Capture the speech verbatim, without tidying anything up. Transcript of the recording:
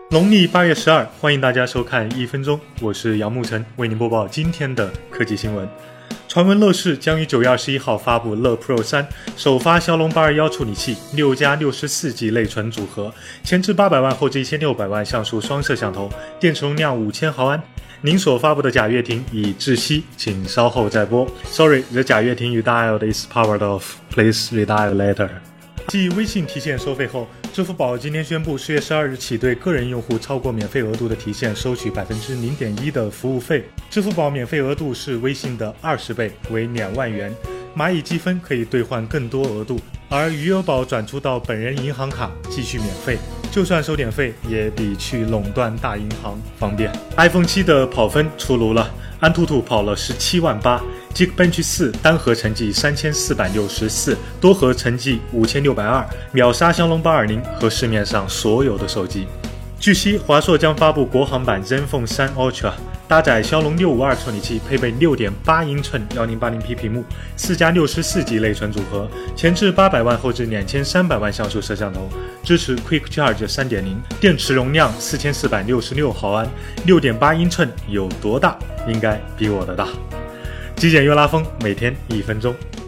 农历八月十二，欢迎大家收看一分钟，我是杨沐晨，为您播报今天的科技新闻。传闻乐视将于九月二十一号发布乐 Pro 三，首发骁龙八二一处理器，六加六十四 G 内存组合，前置八百万，后置一千六百万像素双摄像头，电池容量五千毫安。您所发布的假乐亭已窒息，请稍后再播。Sorry, the 假乐亭 you dialed is powered off. Please redial later. 继微信提现收费后，支付宝今天宣布，十月十二日起对个人用户超过免费额度的提现收取百分之零点一的服务费。支付宝免费额度是微信的二十倍，为两万元。蚂蚁积分可以兑换更多额度，而余额宝转出到本人银行卡继续免费，就算收点费也比去垄断大银行方便。iPhone 七的跑分出炉了，安兔兔跑了十七万八 ，Geekbench 四单核成绩三千四百六十四，多核成绩五千六百二，秒杀骁龙八二零和市面上所有的手机。据悉，华硕将发布国行版 Zenfone 三 Ultra， 搭载骁龙六五二处理器，配备 六点八英寸 一零八零 P 屏幕，四加六十四 G 内存组合，前置八百万，后置两千三百万像素摄像头，支持 Quick Charge 三点零， 电池容量四千四百六十六毫安， 六点八英寸有多大？应该比我的大。极简又拉风，每天一分钟。